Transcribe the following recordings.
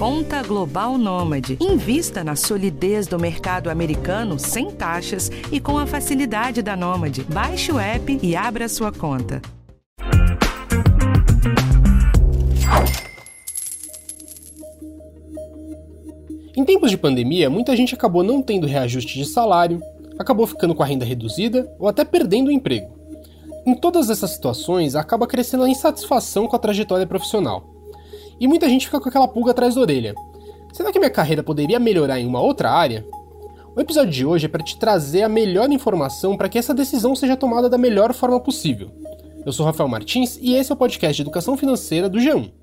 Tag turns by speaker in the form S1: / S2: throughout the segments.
S1: Conta Global Nômade. Invista na solidez do mercado americano sem taxas e com a facilidade da Nômade. Baixe o app e abra sua conta.
S2: Em tempos de pandemia, muita gente acabou não tendo reajuste de salário, acabou ficando com a renda reduzida ou até perdendo o emprego. Em todas essas situações, acaba crescendo a insatisfação com a trajetória profissional. E muita gente fica com aquela pulga atrás da orelha. Será que minha carreira poderia melhorar em uma outra área? O episódio de hoje é para te trazer a melhor informação para que essa decisão seja tomada da melhor forma possível. Eu sou Rafael Martins e esse é o podcast de Educação Financeira do G1.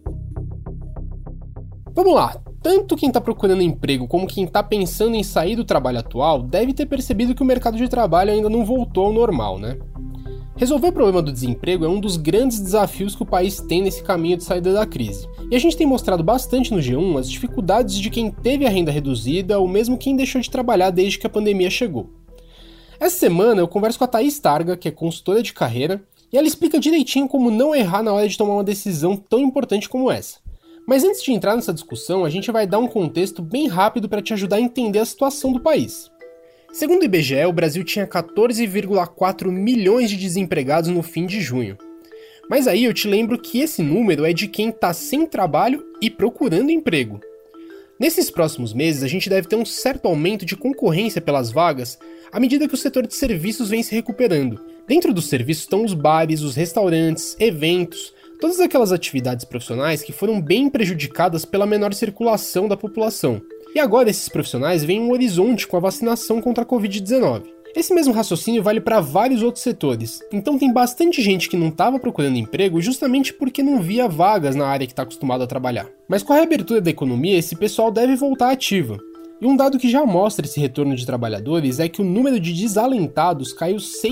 S2: Vamos lá! Tanto quem está procurando emprego como quem está pensando em sair do trabalho atual deve ter percebido que o mercado de trabalho ainda não voltou ao normal, né? Resolver o problema do desemprego é um dos grandes desafios que o país tem nesse caminho de saída da crise. E a gente tem mostrado bastante no G1 as dificuldades de quem teve a renda reduzida ou mesmo quem deixou de trabalhar desde que a pandemia chegou. Essa semana eu converso com a Thaís Targa, que é consultora de carreira, e ela explica direitinho como não errar na hora de tomar uma decisão tão importante como essa. Mas antes de entrar nessa discussão, a gente vai dar um contexto bem rápido para te ajudar a entender a situação do país. Segundo o IBGE, o Brasil tinha 14,4 milhões de desempregados no fim de junho. Mas aí eu te lembro que esse número é de quem está sem trabalho e procurando emprego. Nesses próximos meses, a gente deve ter um certo aumento de concorrência pelas vagas à medida que o setor de serviços vem se recuperando. Dentro dos serviços estão os bares, os restaurantes, eventos, todas aquelas atividades profissionais que foram bem prejudicadas pela menor circulação da população. E agora esses profissionais veem um horizonte com a vacinação contra a Covid-19. Esse mesmo raciocínio vale para vários outros setores. Então tem bastante gente que não estava procurando emprego justamente porque não via vagas na área que está acostumado a trabalhar. Mas com a reabertura da economia, esse pessoal deve voltar ativa. E um dado que já mostra esse retorno de trabalhadores é que o número de desalentados caiu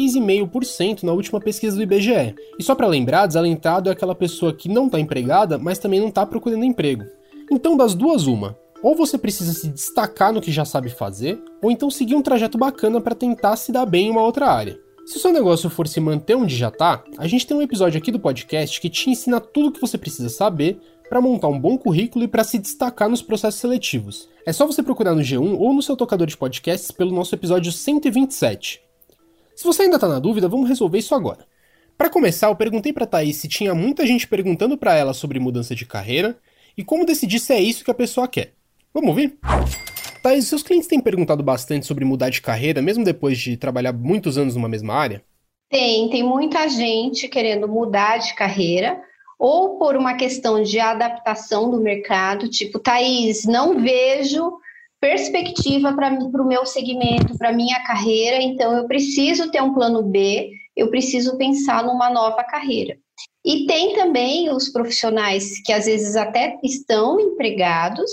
S2: 6,5% na última pesquisa do IBGE. E só para lembrar, desalentado é aquela pessoa que não está empregada, mas também não está procurando emprego. Então das duas uma. Ou você precisa se destacar no que já sabe fazer, ou então seguir um trajeto bacana para tentar se dar bem em uma outra área. Se o seu negócio for se manter onde já está, a gente tem um episódio aqui do podcast que te ensina tudo o que você precisa saber para montar um bom currículo e para se destacar nos processos seletivos. É só você procurar no G1 ou no seu tocador de podcasts pelo nosso episódio 127. Se você ainda está na dúvida, vamos resolver isso agora. Para começar, eu perguntei para a Thaís se tinha muita gente perguntando para ela sobre mudança de carreira e como decidir se é isso que a pessoa quer. Vamos ouvir? Thaís, seus clientes têm perguntado bastante sobre mudar de carreira, mesmo depois de trabalhar muitos anos numa mesma área?
S3: Tem muita gente querendo mudar de carreira, ou por uma questão de adaptação do mercado, tipo, Thaís, não vejo perspectiva para o meu segmento, para a minha carreira, então eu preciso ter um plano B, eu preciso pensar numa nova carreira. E tem também os profissionais que às vezes até estão empregados,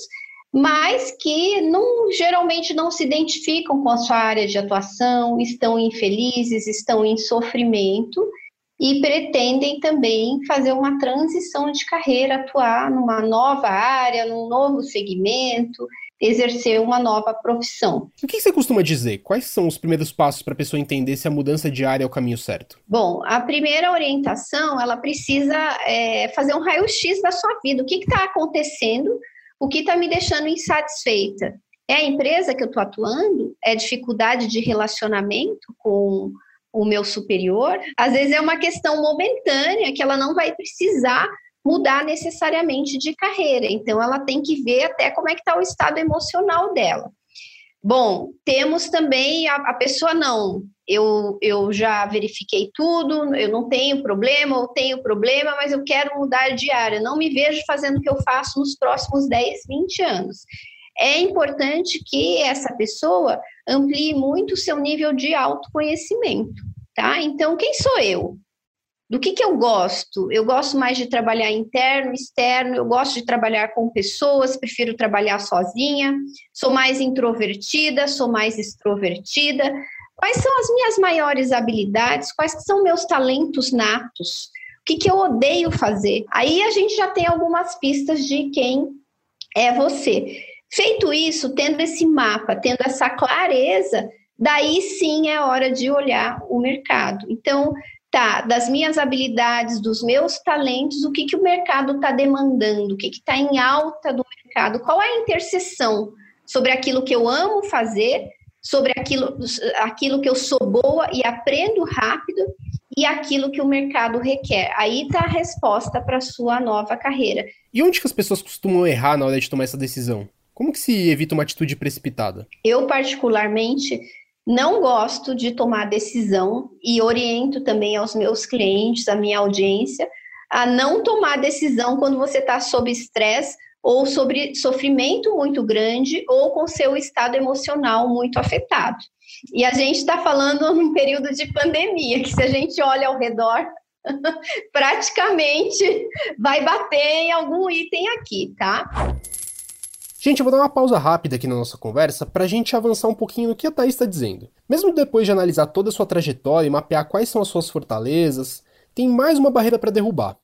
S3: mas que geralmente não se identificam com a sua área de atuação, estão infelizes, estão em sofrimento e pretendem também fazer uma transição de carreira, atuar numa nova área, num novo segmento, exercer uma nova profissão.
S2: O que você costuma dizer? Quais são os primeiros passos para a pessoa entender se a mudança de área é o caminho certo?
S3: Bom, a primeira orientação, ela precisa fazer um raio-x da sua vida. O que está acontecendo? O que está me deixando insatisfeita? É a empresa que eu estou atuando? É dificuldade de relacionamento com o meu superior? Às vezes é uma questão momentânea que ela não vai precisar mudar necessariamente de carreira. Então, ela tem que ver até como é que está o estado emocional dela. Bom, temos também a pessoa não. Eu já verifiquei tudo, eu não tenho problema, ou tenho problema, mas eu quero mudar de área. Não me vejo fazendo o que eu faço nos próximos 10, 20 anos. É importante que essa pessoa amplie muito o seu nível de autoconhecimento, tá? Então, quem sou eu? Do que eu gosto? Eu gosto mais de trabalhar interno, externo, eu gosto de trabalhar com pessoas, prefiro trabalhar sozinha, sou mais introvertida, sou mais extrovertida. Quais são as minhas maiores habilidades? Quais são meus talentos natos? O que eu odeio fazer? Aí a gente já tem algumas pistas de quem é você. Feito isso, tendo esse mapa, tendo essa clareza, daí sim é hora de olhar o mercado. Então, das minhas habilidades, dos meus talentos, o que o mercado está demandando, o que está em alta do mercado, qual é a interseção sobre aquilo que eu amo fazer, sobre aquilo que eu sou boa e aprendo rápido e aquilo que o mercado requer. Aí está a resposta para a sua nova carreira.
S2: E onde que as pessoas costumam errar na hora de tomar essa decisão? Como que se evita uma atitude precipitada?
S3: Eu, particularmente, não gosto de tomar decisão e oriento também aos meus clientes, à minha audiência, a não tomar decisão quando você está sob estresse ou sobre sofrimento muito grande ou com seu estado emocional muito afetado. E a gente está falando num período de pandemia, que se a gente olha ao redor, praticamente vai bater em algum item aqui, tá?
S2: Gente, eu vou dar uma pausa rápida aqui na nossa conversa para a gente avançar um pouquinho no que a Thaís está dizendo. Mesmo depois de analisar toda a sua trajetória e mapear quais são as suas fortalezas, tem mais uma barreira para derrubar.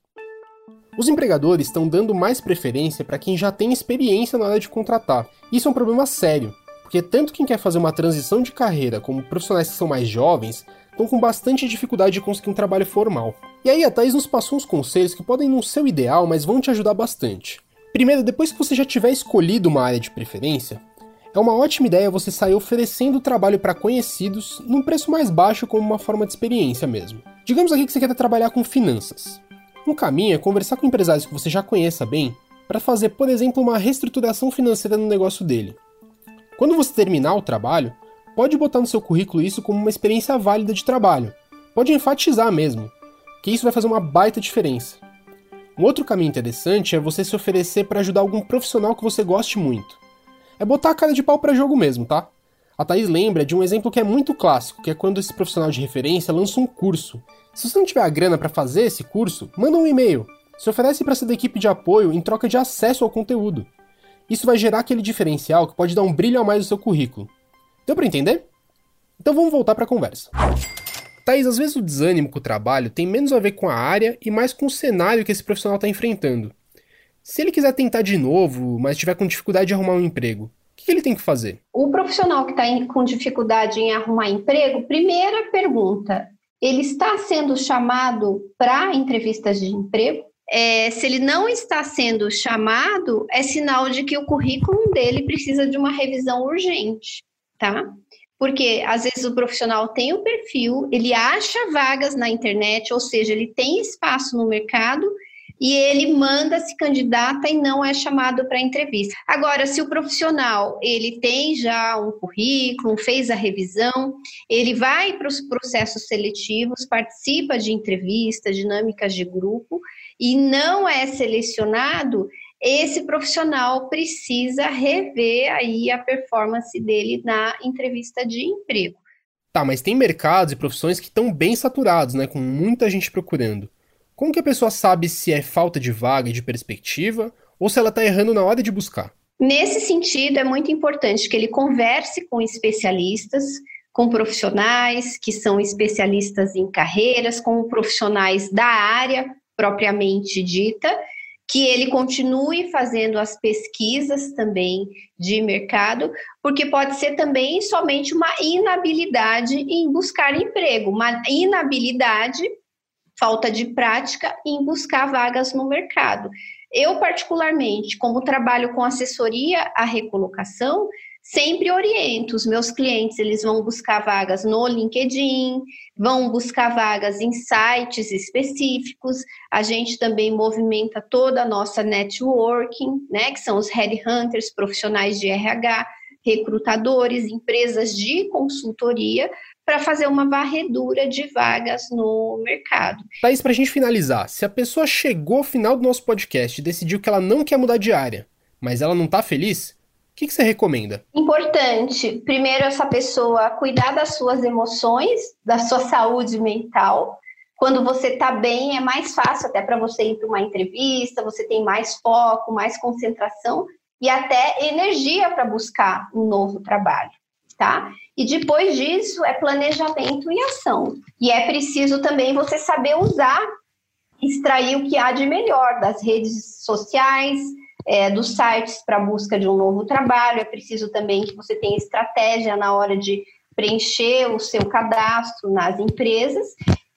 S2: Os empregadores estão dando mais preferência para quem já tem experiência na hora de contratar. Isso é um problema sério, porque tanto quem quer fazer uma transição de carreira como profissionais que são mais jovens estão com bastante dificuldade de conseguir um trabalho formal. E aí a Thaís nos passou uns conselhos que podem não ser o ideal, mas vão te ajudar bastante. Primeiro, depois que você já tiver escolhido uma área de preferência, é uma ótima ideia você sair oferecendo trabalho para conhecidos num preço mais baixo como uma forma de experiência mesmo. Digamos aqui que você quer trabalhar com finanças. Um caminho é conversar com empresários que você já conheça bem para fazer, por exemplo, uma reestruturação financeira no negócio dele. Quando você terminar o trabalho, pode botar no seu currículo isso como uma experiência válida de trabalho. Pode enfatizar mesmo, que isso vai fazer uma baita diferença. Um outro caminho interessante é você se oferecer para ajudar algum profissional que você goste muito. É botar a cara de pau para jogo mesmo, tá? A Thaís lembra de um exemplo que é muito clássico, que é quando esse profissional de referência lança um curso. Se você não tiver a grana para fazer esse curso, manda um e-mail. Se oferece para ser da equipe de apoio em troca de acesso ao conteúdo. Isso vai gerar aquele diferencial que pode dar um brilho a mais no seu currículo. Deu para entender? Então vamos voltar para a conversa. Thaís, às vezes o desânimo com o trabalho tem menos a ver com a área e mais com o cenário que esse profissional está enfrentando. Se ele quiser tentar de novo, mas tiver com dificuldade de arrumar um emprego, o que ele tem que fazer?
S3: O profissional que está com dificuldade em arrumar emprego, primeira pergunta, ele está sendo chamado para entrevistas de emprego? Se ele não está sendo chamado, é sinal de que o currículo dele precisa de uma revisão urgente, tá? Porque às vezes o profissional tem o perfil, ele acha vagas na internet, ou seja, ele tem espaço no mercado e ele manda, se candidata e não é chamado para entrevista. Agora, se o profissional ele tem já um currículo, fez a revisão, ele vai para os processos seletivos, participa de entrevistas, dinâmicas de grupo e não é selecionado, esse profissional precisa rever aí a performance dele na entrevista de emprego.
S2: Tá, mas tem mercados e profissões que estão bem saturados, né, com muita gente procurando. Como que a pessoa sabe se é falta de vaga e de perspectiva ou se ela está errando na hora de buscar?
S3: Nesse sentido, é muito importante que ele converse com especialistas, com profissionais que são especialistas em carreiras, com profissionais da área propriamente dita, que ele continue fazendo as pesquisas também de mercado, porque pode ser também somente uma inabilidade em buscar emprego, uma inabilidade, falta de prática em buscar vagas no mercado. Eu, particularmente, como trabalho com assessoria à recolocação, sempre oriento os meus clientes, eles vão buscar vagas no LinkedIn, vão buscar vagas em sites específicos, a gente também movimenta toda a nossa networking, né, que são os headhunters, profissionais de RH, recrutadores, empresas de consultoria, para fazer uma varredura de vagas no mercado.
S2: Thaís, para a gente finalizar, se a pessoa chegou ao final do nosso podcast e decidiu que ela não quer mudar de área, mas ela não está feliz, o que você recomenda?
S3: Importante, primeiro, essa pessoa cuidar das suas emoções, da sua saúde mental. Quando você está bem, é mais fácil até para você ir para uma entrevista, você tem mais foco, mais concentração e até energia para buscar um novo trabalho, tá? E depois disso é planejamento e ação. E é preciso também você saber usar, extrair o que há de melhor das redes sociais, dos sites para busca de um novo trabalho. É preciso também que você tenha estratégia na hora de preencher o seu cadastro nas empresas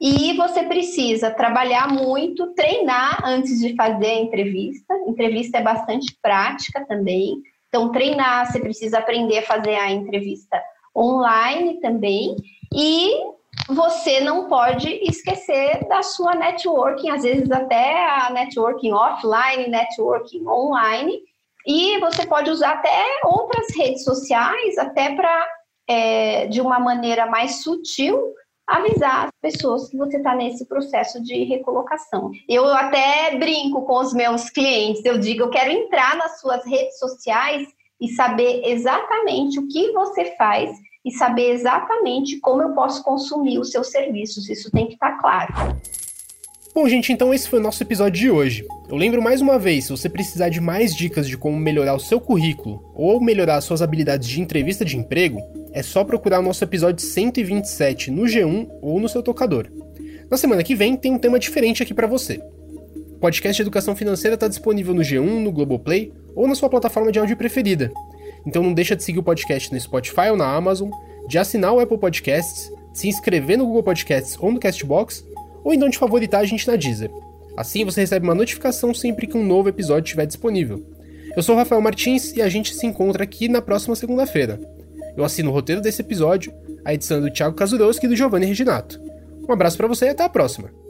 S3: E você precisa trabalhar muito, treinar antes de fazer a entrevista. Entrevista é bastante prática também. Então, treinar, você precisa aprender a fazer a entrevista online também. E você não pode esquecer da sua networking, às vezes até a networking offline, networking online. E você pode usar até outras redes sociais, até para, de uma maneira mais sutil, avisar as pessoas que você está nesse processo de recolocação. Eu até brinco com os meus clientes, eu digo, eu quero entrar nas suas redes sociais e saber exatamente o que você faz e saber exatamente como eu posso consumir os seus serviços, isso tem que estar claro.
S2: Bom, gente, então esse foi o nosso episódio de hoje. Eu lembro mais uma vez, se você precisar de mais dicas de como melhorar o seu currículo ou melhorar suas habilidades de entrevista de emprego, é só procurar o nosso episódio 127 no G1 ou no seu tocador. Na semana que vem tem um tema diferente aqui pra você. O podcast de educação financeira está disponível no G1, no Globoplay ou na sua plataforma de áudio preferida. Então não deixa de seguir o podcast no Spotify ou na Amazon, de assinar o Apple Podcasts, se inscrever no Google Podcasts ou no Castbox, ou então de favoritar a gente na Deezer. Assim você recebe uma notificação sempre que um novo episódio estiver disponível. Eu sou o Rafael Martins e a gente se encontra aqui na próxima segunda-feira. Eu assino o roteiro desse episódio, a edição do Thiago Kazuroski e do Giovanni Reginato. Um abraço pra você e até a próxima!